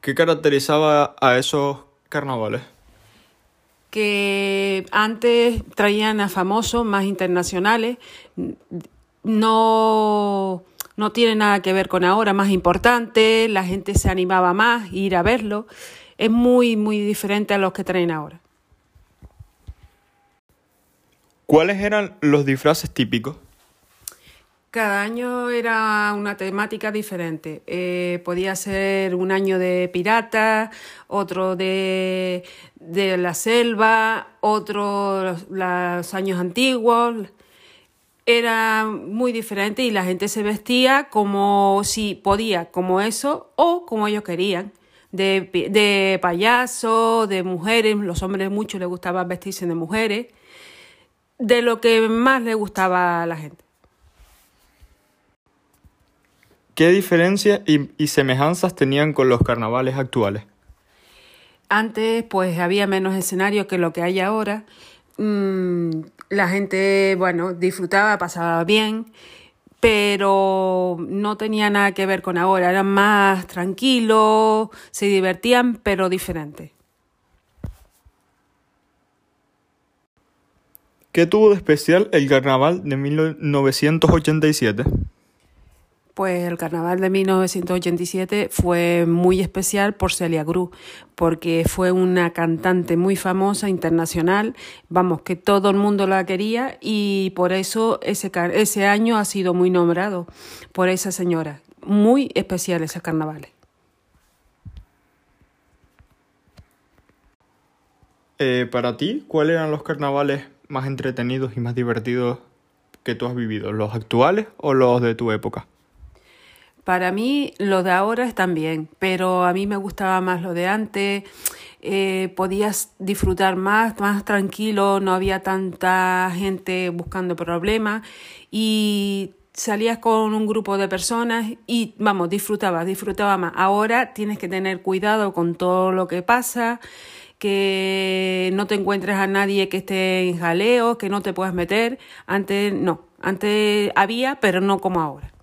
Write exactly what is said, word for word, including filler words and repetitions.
¿Qué caracterizaba a esos carnavales? Que antes traían a famosos más internacionales, no, no tiene nada que ver con ahora, más importante, la gente se animaba más a ir a verlo, es muy, muy diferente a los que traen ahora. ¿Cuáles eran los disfraces típicos? Cada año era una temática diferente. Eh, podía ser un año de pirata, otro de, de la selva, otro los, los años antiguos. Era muy diferente y la gente se vestía como si podía, como eso o como ellos querían. De, de payaso, de mujeres, los hombres mucho les gustaba vestirse de mujeres, de lo que más les gustaba a la gente. ¿Qué diferencias y, y semejanzas tenían con los carnavales actuales? Antes pues había menos escenarios que lo que hay ahora. Mm, la gente, bueno, disfrutaba, pasaba bien, pero no tenía nada que ver con ahora. Eran más tranquilos, se divertían, pero diferentes. ¿Qué tuvo de especial el carnaval de mil novecientos ochenta y siete? Pues el carnaval de mil novecientos ochenta y siete fue muy especial por Celia Cruz, porque fue una cantante muy famosa, internacional, vamos, que todo el mundo la quería y por eso ese, ese año ha sido muy nombrado por esa señora. Muy especial esos carnavales. Eh, para ti, ¿cuáles eran los carnavales más entretenidos y más divertidos que tú has vivido? ¿Los actuales o los de tu época? Para mí lo de ahora están bien, pero a mí me gustaba más lo de antes, eh, podías disfrutar más, más tranquilo, no había tanta gente buscando problemas y salías con un grupo de personas y, vamos, disfrutabas, disfrutabas más. Ahora tienes que tener cuidado con todo lo que pasa, que no te encuentres a nadie que esté en jaleo, que no te puedas meter. Antes no, antes había, pero no como ahora.